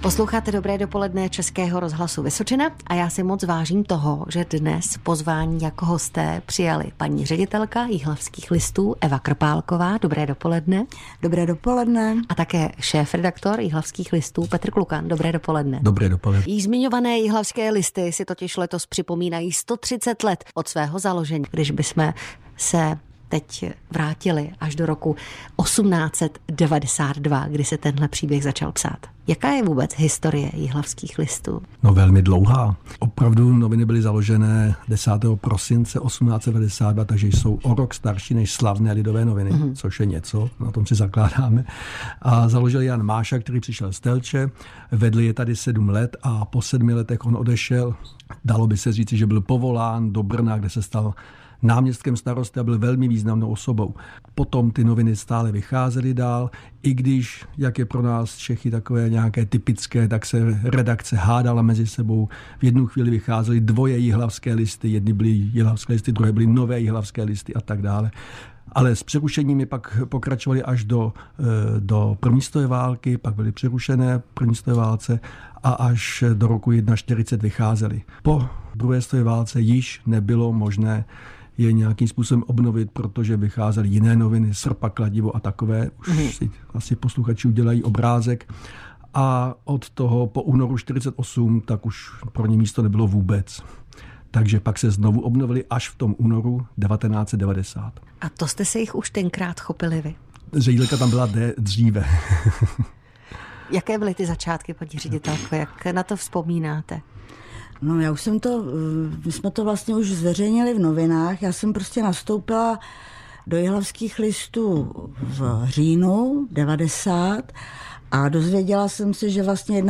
Posloucháte Dobré dopoledne Českého rozhlasu Vysočina a já si moc vážím toho, že dnes pozvání jako hosté přijali paní ředitelka Jihlavských listů Eva Krpálková. Dobré dopoledne. Dobré dopoledne. A také šéfredaktor Jihlavských listů Petr Klukan. Dobré dopoledne. Dobré dopoledne. Již zmiňované Jihlavské listy si totiž letos připomínají 130 let od svého založení. Když bychom se teď vrátili až do roku 1892, kdy se tenhle příběh začal psát. Jaká je vůbec historie Jihlavských listů? No velmi dlouhá. Opravdu noviny byly založené 10. prosince 1892, takže jsou o rok starší než slavné Lidové noviny, což je něco, na tom si zakládáme. A založil Jan Máša, který přišel z Telče, vedl je tady 7 let a po 7 letech on odešel. Dalo by se říci, že byl povolán do Brna, kde se stal náměstkem starosty a byl velmi významnou osobou. Potom ty noviny stále vycházely dál, i když, jak je pro nás Čechy takové nějaké typické, tak se redakce hádala mezi sebou. V jednu chvíli vycházely 2 jihlavské listy, jedny byly jihlavské listy, druhé byly nové jihlavské listy a tak dále. Ale s přerušeními pak pokračovali až do první světové války, pak byly přerušené první světové válce a až do roku 1941 vycházely. Po druhé světové válce již nebylo možné je nějakým způsobem obnovit, protože vycházely jiné noviny, Srpa, Kladivo a takové. Už si asi posluchači udělají obrázek. A od toho po únoru 1948 tak už pro ně místo nebylo vůbec. Takže pak se znovu obnovili až v tom únoru 1990. A to jste se jich už tenkrát chopili vy? Ředitelka tam byla dříve. Jaké byly ty začátky, paní ředitelko? Jak na to vzpomínáte? No my jsme to vlastně už zveřejnili v novinách. Já jsem prostě nastoupila do Jihlavských listů v říjnu 90 a dozvěděla jsem se, že vlastně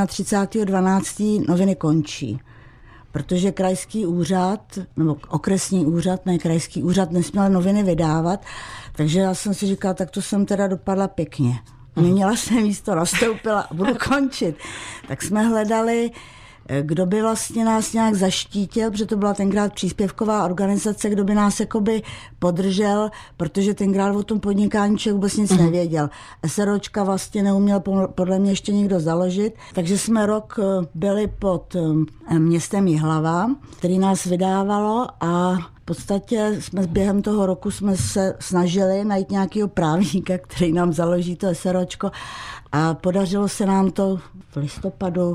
31.12. noviny končí. Protože krajský úřad, nebo okresní úřad, ne krajský úřad, nesměl noviny vydávat, takže já jsem si říkala, tak to jsem teda dopadla pěkně. Neměla jsem místo, nastoupila a budu končit. Tak jsme hledali, kdo by vlastně nás nějak zaštítil, protože to byla tenkrát příspěvková organizace, kdo by nás jakoby podržel, protože tenkrát o tom podnikání člověk vůbec nic nevěděl. SROčka vlastně neuměl podle mě ještě nikdo založit, takže jsme rok byli pod městem Jihlava, který nás vydávalo a v podstatě jsme během toho roku jsme se snažili najít nějakého právníka, který nám založí to SROčko a podařilo se nám to v listopadu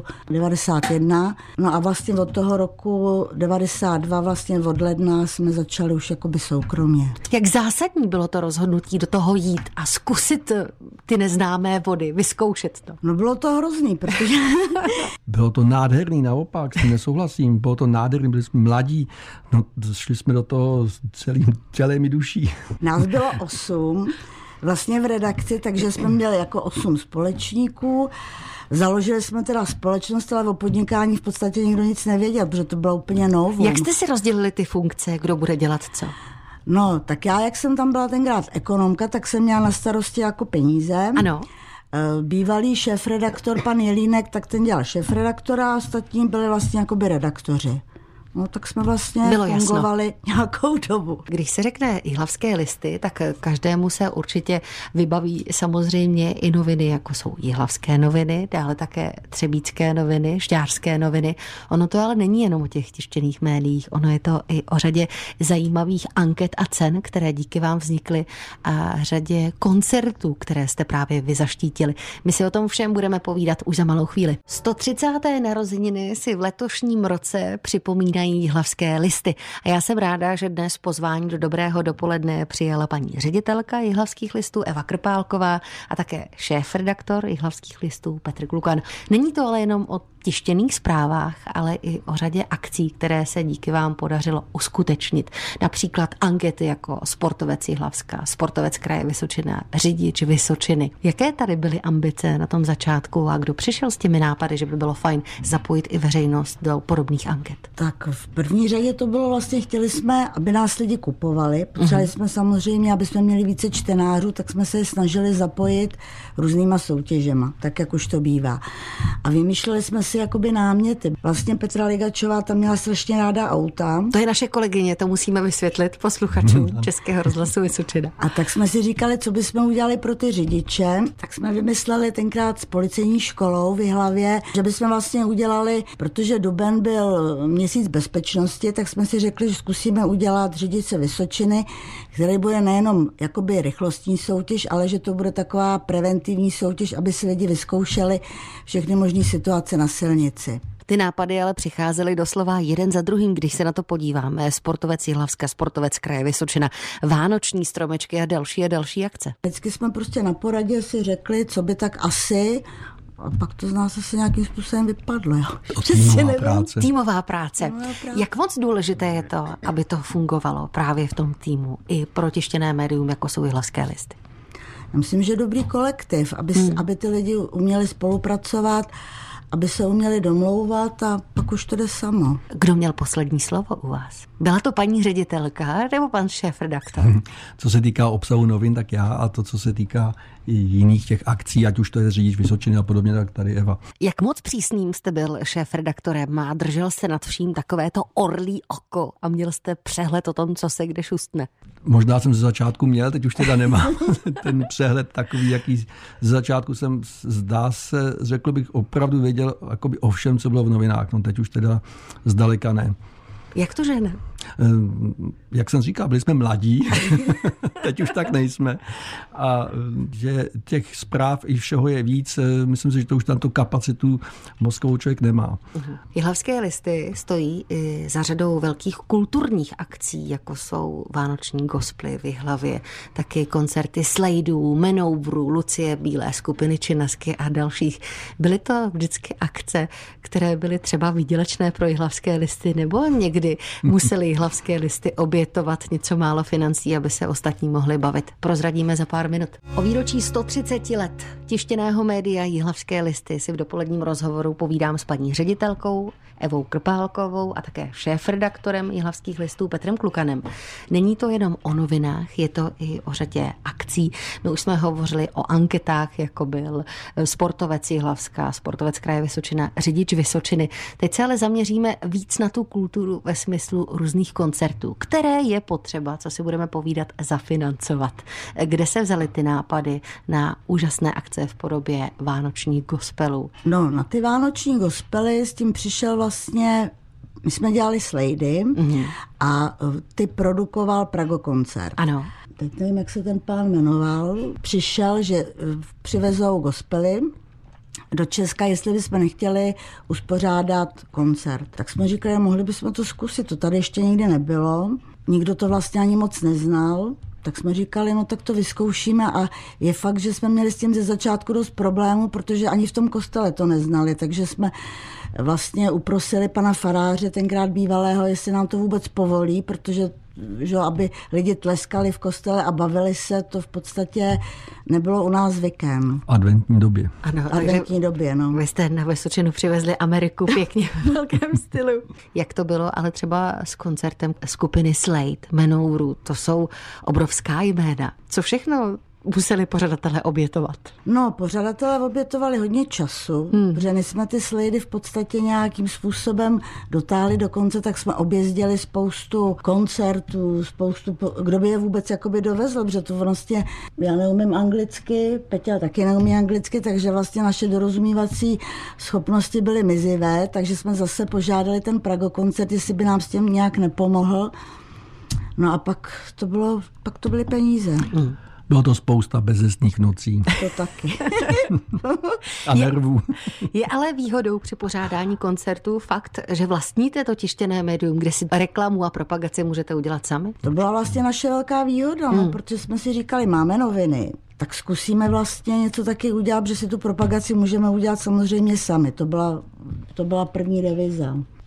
91. No a vlastně od toho roku 92, vlastně od ledna jsme začali už jakoby soukromě. Jak zásadní bylo to rozhodnutí do toho jít a zkusit ty neznámé vody, vyzkoušet to? No bylo to hrozný, protože... Bylo to nádherný, naopak, s tím nesouhlasím. Bylo to nádherný, byli jsme mladí, no šli jsme do toho celými duší. Nás bylo 8, vlastně v redakci, takže jsme měli jako 8 společníků. Založili jsme teda společnost, ale o podnikání v podstatě nikdo nic nevěděl, protože to bylo úplně novou. Jak jste si rozdělili ty funkce, kdo bude dělat co? No, tak já, jak jsem tam byla tenkrát ekonomka, tak jsem měla na starosti jako peníze. Ano. Bývalý šéfredaktor, pan Jelínek, tak ten dělal šéfredaktora a ostatní byli vlastně jakoby redaktoři. No tak jsme vlastně fungovali nějakou dobu. Když se řekne Jihlavské listy, tak každému se určitě vybaví samozřejmě i noviny, jako jsou Jihlavské noviny, dále také Třebíčské noviny, Žďárské noviny. Ono to ale není jenom o těch tištěných médiích, ono je to i o řadě zajímavých anket a cen, které díky vám vznikly a řadě koncertů, které jste právě vy zaštítili. My si o tom všem budeme povídat už za malou chvíli. 130. narozeniny si v letošním roce připomínají Jihlavské listy. A já jsem ráda, že dnes pozvání do Dobrého dopoledne přijala paní ředitelka Jihlavských listů Eva Krpálková a také šéfredaktor Jihlavských listů Petr Klukan. Není to ale jenom o tištěných zprávách, ale i o řadě akcí, které se díky vám podařilo uskutečnit. Například ankety jako Sportovec Jihlavska, Sportovec kraje Vysočina, Řidič Vysočiny. Jaké tady byly ambice na tom začátku a kdo přišel s těmi nápady, že by bylo fajn zapojit i veřejnost do podobných anket? Tak v první řadě to bylo vlastně, chtěli jsme, aby nás lidi kupovali. Potřebovali jsme samozřejmě, aby jsme měli více čtenářů, tak jsme se snažili zapojit různýma soutěžema, tak jak už to bývá. A vymýšleli jsme si jakoby náměty. Vlastně Petra Ligačová tam měla strašně ráda auta. To je naše kolegyně, to musíme vysvětlit posluchačům Českého rozhlasu Vysočina. A tak jsme si říkali, co bychom udělali pro ty řidiče. Tak jsme vymysleli tenkrát s policejní školou v Jihlavě, že bychom vlastně udělali, protože duben byl měsíc bezpečnosti, tak jsme si řekli, že zkusíme udělat řidiče Vysočiny, který bude nejenom jakoby rychlostní soutěž, ale že to bude taková preventivní soutěž, aby si lidi vyzkoušeli všechny možné situace na silnici. Ty nápady ale přicházely doslova jeden za druhým, když se na to podíváme. Sportovec Jihlavska, sportovec kraje Vysočina, vánoční stromečky a další akce. Vždycky jsme prostě na poradě si řekli, co by tak asi, a pak to z nás asi nějakým způsobem vypadlo. Jo. Týmová práce. Jak moc důležité je to, aby to fungovalo právě v tom týmu i pro tištěné médium, jako jsou Jihlavské listy? Já myslím, že dobrý kolektiv, aby ty lidi uměli spolupracovat, aby se uměli domlouvat a pak už to jde samo. Kdo měl poslední slovo u vás? Byla to paní ředitelka nebo pan šéfredaktor? Co se týká obsahu novin, tak já, a to, co se týká i jiných těch akcí, ať už to je řidič Vysočiny a podobně, tak tady Eva. Jak moc přísným jste byl šéfredaktorem a držel jste nad vším takové to orlí oko a měl jste přehled o tom, co se kde šustne? Možná jsem ze začátku měl, teď už teda nemám ten přehled takový, jaký ze začátku jsem, zdá se, řekl bych, opravdu věděl jakoby o všem, co bylo v novinách. No teď už teda zdaleka ne. Jak to, že ne? Jak jsem říkal, byli jsme mladí, teď už tak nejsme. A že těch zpráv i všeho je víc, myslím si, že to už tam tu kapacitu mozkovou člověk nemá. Jihlavské listy stojí i za řadou velkých kulturních akcí, jako jsou vánoční gospely v Jihlavě, taky koncerty Sladeů, Manovrů, Lucie Bílé, skupiny Činasky a dalších. Byly to vždycky akce, které byly třeba výdělečné pro Jihlavské listy, nebo někdy museli Jihlavské listy obětovat něco málo financí, aby se ostatní mohli bavit. Prozradíme za pár minut. O výročí 130 let tištěného média Jihlavské listy si v dopoledním rozhovoru povídám s paní ředitelkou Evou Krpálkovou a také šéfredaktorem Jihlavských listů Petrem Klukanem. Není to jenom o novinách, je to i o řadě akcí. My už jsme hovořili o anketách, jako byl sportovec Jihlavska, sportovec kraje Vysočina, řidič Vysočiny. Teď se ale zaměříme víc na tu kulturu ve smyslu různých koncertů, které je potřeba, co si budeme povídat, zafinancovat. Kde se vzaly ty nápady na úžasné akce v podobě vánočních gospelů? No, na ty vánoční gospely s tím přišel vlastně, my jsme dělali Slady a ty produkoval Prago koncert. Ano. Teď nevím, jak se ten pán jmenoval. Přišel, že přivezou gospely do Česka, jestli bychom nechtěli uspořádat koncert. Tak jsme říkali, mohli bychom to zkusit, to tady ještě nikdy nebylo. Nikdo to vlastně ani moc neznal. Tak jsme říkali, no tak to vyzkoušíme a je fakt, že jsme měli s tím ze začátku dost problémů, protože ani v tom kostele to neznali, takže jsme vlastně uprosili pana faráře, tenkrát bývalého, jestli nám to vůbec povolí, protože že aby lidi tleskali v kostele a bavili se, to v podstatě nebylo u nás zvykem. V adventní době. Ano, adventní době, no. Vy jste na Vysočinu přivezli Ameriku pěkně v velkém stylu. Jak to bylo, ale třeba s koncertem skupiny Slade, Manovrů, to jsou obrovská jména. Co všechno museli pořadatelé obětovat? No, pořadatelé obětovali hodně času, protože my jsme ty Slady v podstatě nějakým způsobem dotáhli do konce, tak jsme objezdili spoustu koncertů, kdo by je vůbec jakoby dovezl, protože to vlastně, já neumím anglicky, Peťa taky neumí anglicky, takže vlastně naše dorozumívací schopnosti byly mizivé, takže jsme zase požádali ten Prago koncert, jestli by nám s tím nějak nepomohl. No a pak to byly peníze. Bylo to spousta bezesných nocí. To taky. A nervů. Je ale výhodou při pořádání koncertů fakt, že vlastníte to tištěné médium, kde si reklamu a propagaci můžete udělat sami? To byla vlastně naše velká výhoda, protože jsme si říkali, máme noviny, tak zkusíme vlastně něco taky udělat, že si tu propagaci můžeme udělat samozřejmě sami. To byla první deviza.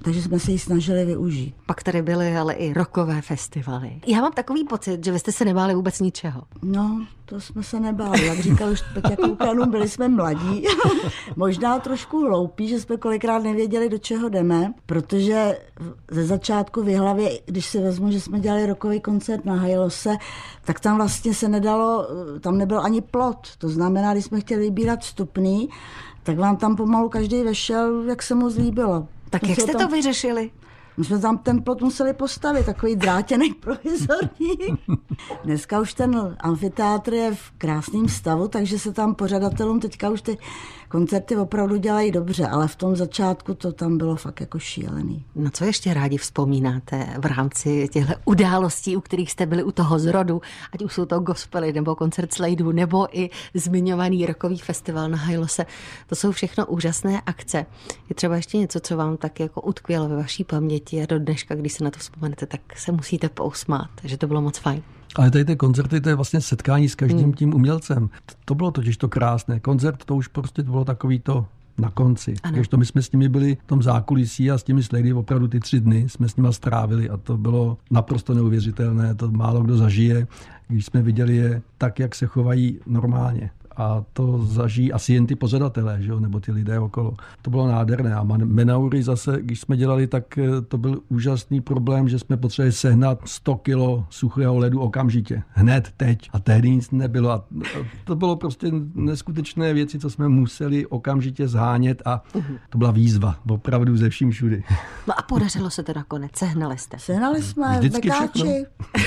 takže jsme se ji snažili využít. Pak tady byly ale i rockové festivaly. Já mám takový pocit, že vy jste se nebáli vůbec ničeho. No, to jsme se nebáli. Jak říkal už Peťa Klukanů, byli jsme mladí. Možná trošku hloupí, že jsme kolikrát nevěděli, do čeho jdeme, protože ze začátku v Jihlavě, když si vezmu, že jsme dělali rockový koncert na Hajlose, tak tam vlastně se nedalo, tam nebyl ani plot. To znamená, když jsme chtěli vybírat vstupný, tak vám tam pomalu každý vešel, jak se mu zlíbilo. Tak jak jste to vyřešili? My jsme tam ten plot museli postavit, takový drátěný provizorní. Dneska už ten amfiteátr je v krásném stavu, takže se tam pořadatelům teďka už ty koncerty opravdu dělají dobře, ale v tom začátku to tam bylo fakt jako šílený. No co ještě rádi vzpomínáte v rámci těchto událostí, u kterých jste byli u toho zrodu, ať už jsou to gospely, nebo koncert Sladeů, nebo i zmiňovaný rockový festival na Hajlose. To jsou všechno úžasné akce. Je třeba ještě něco, co vám tak jako utkvělo ve vaší paměti a do dneška, když se na to vzpomenete, tak se musíte pousmát, že to bylo moc fajn. Ale tady ty koncerty, to je vlastně setkání s každým tím umělcem. To bylo totiž to krásné. Koncert, to už prostě bylo takový to na konci. Když to my jsme s nimi byli v tom zákulisí a s těmi Slady opravdu ty 3 dny jsme s nimi strávili a to bylo naprosto neuvěřitelné. To málo kdo zažije, když jsme viděli je tak, jak se chovají normálně. A to zažijí asi jen ty pořadatelé, že jo? Nebo ty lidé okolo. To bylo nádherné. A Menaury zase, když jsme dělali, tak to byl úžasný problém, že jsme potřebovali sehnat 100 kilo suchého ledu okamžitě. Hned, teď. A tehdy nic nebylo. A to bylo prostě neskutečné věci, co jsme museli okamžitě zhánět a to byla výzva. Opravdu ze vším všudy. No a podařilo se to nakonec. Sehnali jste. Sehnali jsme vekáči.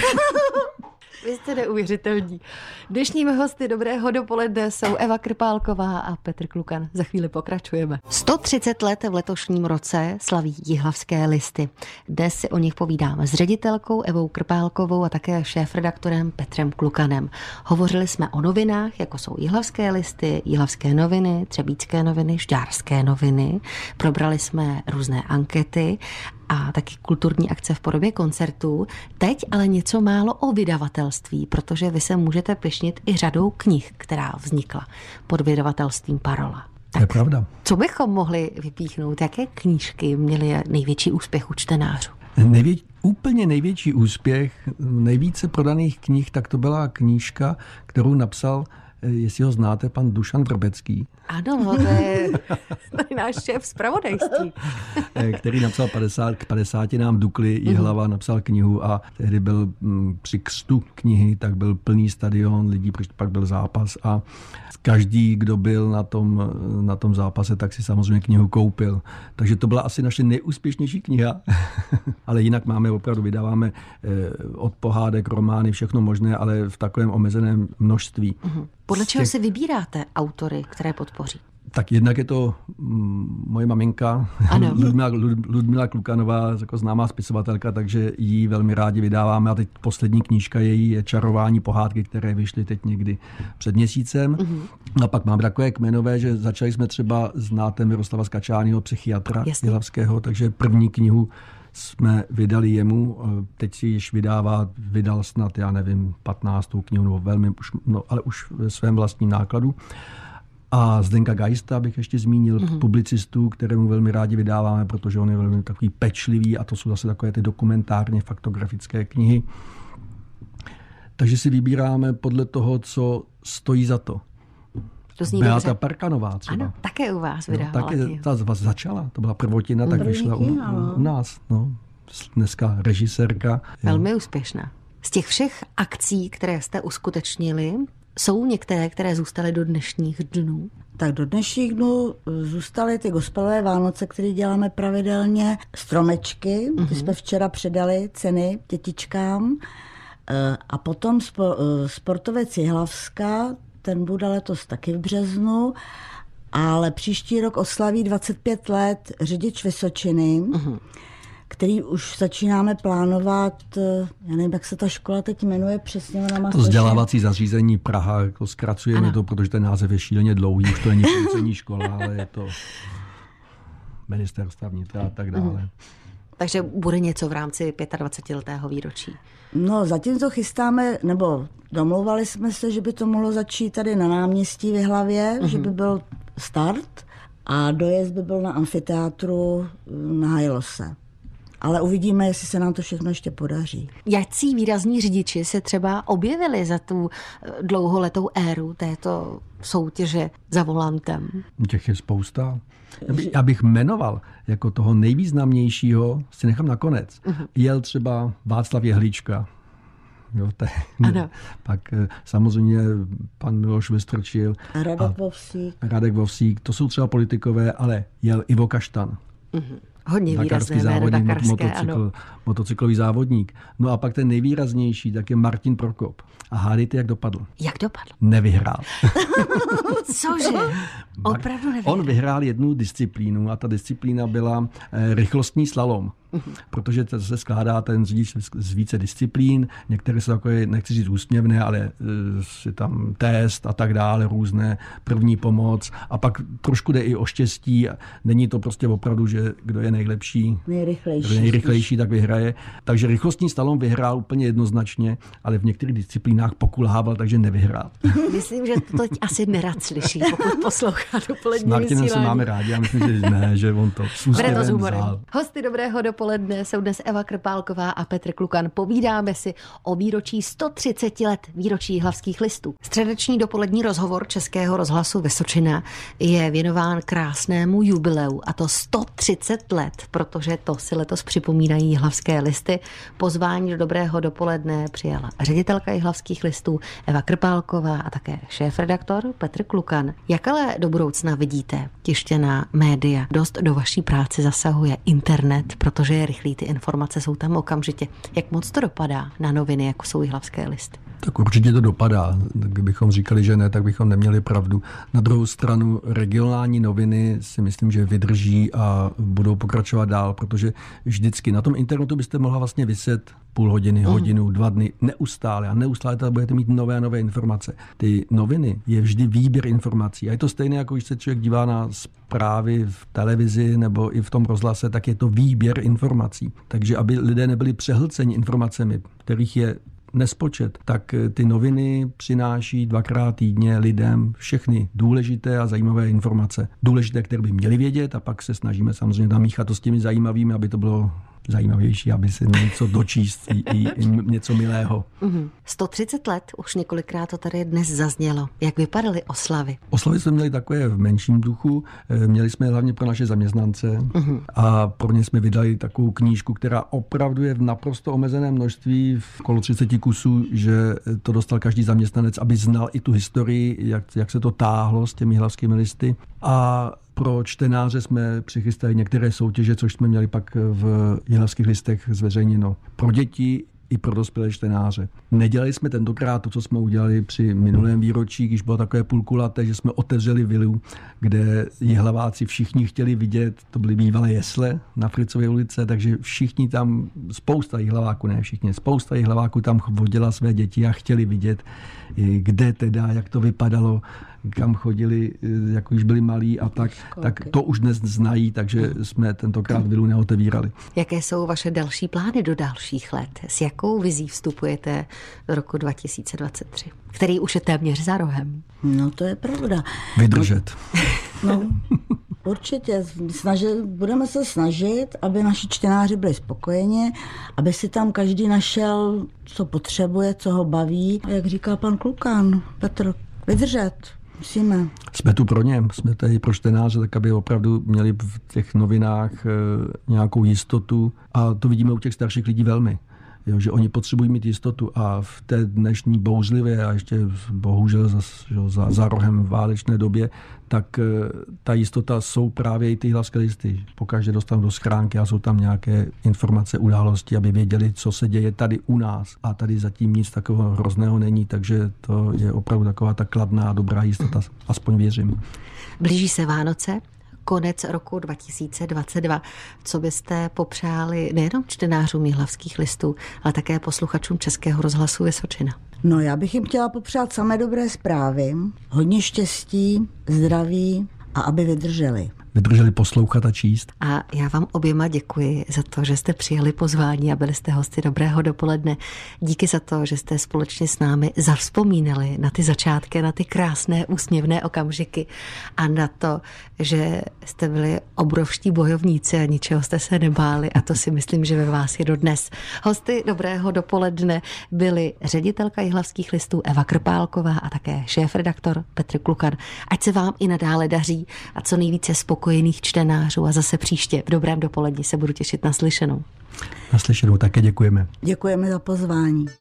Vy jste neuvěřitelní. Dnešními hosty Dobrého dopoledne jsou Eva Krpálková a Petr Klukan. Za chvíli pokračujeme. 130 let v letošním roce slaví Jihlavské listy. Dnes si o nich povídáme s ředitelkou Evou Krpálkovou a také šéfredaktorem Petrem Klukanem. Hovořili jsme o novinách, jako jsou Jihlavské listy, Jihlavské noviny, Třebíčské noviny, Žďárské noviny. Probrali jsme různé ankety a taky kulturní akce v podobě koncertů. Teď ale něco málo o vydavatelství, protože vy se můžete pyšnit i řadou knih, která vznikla pod vydavatelstvím Parola. Tak, to je pravda. Co bychom mohli vypíchnout? Jaké knížky měly největší úspěch u čtenářů? Úplně největší úspěch, nejvíce prodaných knih, tak to byla knížka, kterou napsal, jestli ho znáte, pan Dušan Vrbecký. Ano, to je náš šéf zpravodajství. Který napsal 50 nám Dukly, Jihlava, napsal knihu a tehdy byl při křtu knihy, tak byl plný stadion lidí, protože pak byl zápas a každý, kdo byl na tom zápase, tak si samozřejmě knihu koupil. Takže to byla asi naše nejúspěšnější kniha. Ale jinak vydáváme od pohádek, romány, všechno možné, ale v takovém omezeném množství. Podle čeho si vybíráte autory, které podpoří? Tak jednak je to moje maminka, Ludmila Klukanová, jako známá spisovatelka, takže ji velmi rádi vydáváme. A teď poslední knížka její je Čarování pohádky, které vyšly teď někdy před měsícem. A pak máme takové kmenové, že začali jsme třeba znáte Miroslava Skačányho, psychiatra jihlavského, takže první knihu jsme vydali jemu, teď si již vydal snad, 15. knihu, nebo velmi, ale už ve svém vlastním nákladu. A Zdenka Geista bych ještě zmínil, publicistu, kterému velmi rádi vydáváme, protože on je velmi takový pečlivý a to jsou zase takové ty dokumentárně faktografické knihy. Takže si vybíráme podle toho, co stojí za to. Beata Parkanová třeba. Ano, také u vás vydávala. Ta začala, to byla prvotina, tak vyšla u nás. No. Dneska režisérka. Velmi úspěšná. Z těch všech akcí, které jste uskutečnili, jsou některé, které zůstaly do dnešních dnů? Tak do dnešních dnů zůstaly ty gospelové Vánoce, které děláme pravidelně, stromečky, ty jsme včera předali ceny dětičkám a potom sportovec Jihlavska, ten bude letos taky v březnu, ale příští rok oslaví 25 let řidič Vysočiny, který už začínáme plánovat, já nevím, jak se ta škola teď jmenuje přesně. To vzdělávací zařízení Praha, jako zkracujeme to, protože ten název je šíleně dlouhý, už to není policejní škola, ale je to ministerstva vnitra a tak dále. Takže bude něco v rámci 25letého výročí? No, zatím to chystáme, nebo domlouvali jsme se, že by to mohlo začít tady na náměstí v Jihlavě, že by byl start a dojezd by byl na amfiteátru na Hajlose. Ale uvidíme, jestli se nám to všechno ještě podaří. Jací výrazní řidiči se třeba objevili za tu dlouholetou éru této soutěže za volantem? Těch je spousta. Já bych jmenoval jako toho nejvýznamnějšího, si nechám nakonec. Jel třeba Václav Jehlička. Jo, ano. Pak samozřejmě pan Miloš Vystrčil. A Radek Vovsík. To jsou třeba politikové, ale jel Ivo Kaštan. Hodně výrazné jméno dakarské, ano. Motocyklový závodník. No a pak ten nejvýraznější, tak je Martin Prokop. A hádejte, jak dopadl? Jak dopadl? Nevyhrál. Cože? Opravdu nevyhrál? On vyhrál jednu disciplínu a ta disciplína byla rychlostní slalom. Protože to se skládá ten řidič z více disciplín. Některé jsou takové, nechci říct úsměvné, ale je tam test a tak dále, různé první pomoc. A pak trošku jde i o štěstí. Není to prostě opravdu, že kdo je nejlepší, nejrychlejší, tak vyhraje. Takže rychlostní slalom vyhrál úplně jednoznačně, ale v některých disciplínách pokulhával, takže nevyhrál. Myslím, že to teď asi nerad slyší, pokud poslouchá dopolední vysílání. S Martinem se máme rádi, já myslím, že ne, že on to s úsměvem vzal. Hosty Dobrého dopoledne jsou dnes Eva Krpálková a Petr Klukan. Povídáme si o výročí 130 let výročí Jihlavských listů. Středeční dopolední rozhovor Českého rozhlasu Vysočina je věnován krásnému jubileu, a to 130 let, protože to si letos připomínají Jihlavské listy. Pozvání do Dobrého dopoledne přijala ředitelka Jihlavských listů Eva Krpálková a také šéfredaktor Petr Klukan. Jak ale do budoucna vidíte tištěná média? Dost do vaší práce zasahuje internet, protože je rychlý, ty informace jsou tam okamžitě. Jak moc to dopadá na noviny, jako jsou Jihlavské listy? Tak určitě to dopadá. Kdybychom říkali, že ne, tak bychom neměli pravdu. Na druhou stranu regionální noviny si myslím, že vydrží a budou pokračovat dál, protože vždycky na tom internetu byste mohla vlastně vyset půl hodiny, hodinu, 2 dny, neustále a neustále tady budete mít nové a nové informace. Ty noviny je vždy výběr informací. A je to stejné, jako když se člověk dívá na zprávy v televizi nebo i v tom rozhlase, tak je to výběr informací. Takže aby lidé nebyli přehlceni informacemi, kterých je nespočet, tak ty noviny přináší 2krát týdně lidem všechny důležité a zajímavé informace. Důležité, které by měli vědět, a pak se snažíme samozřejmě namíchat to s těmi zajímavými, aby to bylo zajímavější, aby si něco dočíst i něco milého. 130 let, už několikrát to tady dnes zaznělo. Jak vypadaly oslavy? Oslavy jsme měli takové v menším duchu. Měli jsme hlavně pro naše zaměstnance a pro ně jsme vydali takovou knížku, která opravdu je v naprosto omezeném množství, v okolo 30 kusů, že to dostal každý zaměstnanec, aby znal i tu historii, jak se to táhlo s těmi Jihlavskými listy. A pro čtenáře jsme přichystali některé soutěže, což jsme měli pak v Jihlavských listech zveřejněno pro děti i pro dospělé čtenáře. Nedělali jsme tentokrát to, co jsme udělali při minulém výročí, když bylo takové půlkulaté, že jsme otevřeli vilu, kde Jihlaváci všichni chtěli vidět, to byly bývalé jesle na Fritzově ulice, takže všichni tam, spousta Jihlaváků, ne všichni, spousta Jihlaváků tam vodila své děti a chtěli vidět, kde teda, jak to vypadalo, kam chodili, jak už byli malí a tak to už dnes znají, takže jsme tentokrát vilu neotevírali. Jaké jsou vaše další plány do dalších let? S jakou vizí vstupujete do roku 2023, který už je téměř za rohem? No to je pravda. Vydržet. No, určitě. Budeme se snažit, aby naši čtenáři byli spokojeni, aby si tam každý našel, co potřebuje, co ho baví. A jak říká pan Klukan, Petr, vydržet. Musíme. Jsme tu pro ně, jsme tady pro čtenáře, tak aby opravdu měli v těch novinách nějakou jistotu. A to vidíme u těch starších lidí velmi. Jo, že oni potřebují mít jistotu a v té dnešní bouřlivé a ještě bohužel za rohem válečné době, tak ta jistota jsou právě i ty Jihlavské listy. Pokaždé dostanou do schránky a jsou tam nějaké informace, události, aby věděli, co se děje tady u nás. A tady zatím nic takového hrozného není, takže to je opravdu taková ta kladná a dobrá jistota, aspoň věřím. Blíží se Vánoce. Konec roku 2022. Co byste popřáli nejenom čtenářům Jihlavských listů, ale také posluchačům Českého rozhlasu Vysočina? No, já bych jim chtěla popřát samé dobré zprávy, hodně štěstí, zdraví a aby vydrželi. vydrželi poslouchat a číst. A já vám oběma děkuji za to, že jste přijali pozvání a byli jste hosty Dobrého dopoledne. Díky za to, že jste společně s námi zavzpomínali na ty začátky, na ty krásné úsměvné okamžiky a na to, že jste byli obrovští bojovníci a ničeho jste se nebáli a to si myslím, že ve vás je dodnes. Hosty Dobrého dopoledne byli ředitelka Jihlavských listů Eva Krpálková a také šéfredaktor Petr Klukan. Ať se vám i nadále daří a co nejvíce spokojených čtenářů a zase příště v Dobrém dopoledni se budu těšit na slyšenou. Na slyšenou také děkujeme. Děkujeme za pozvání.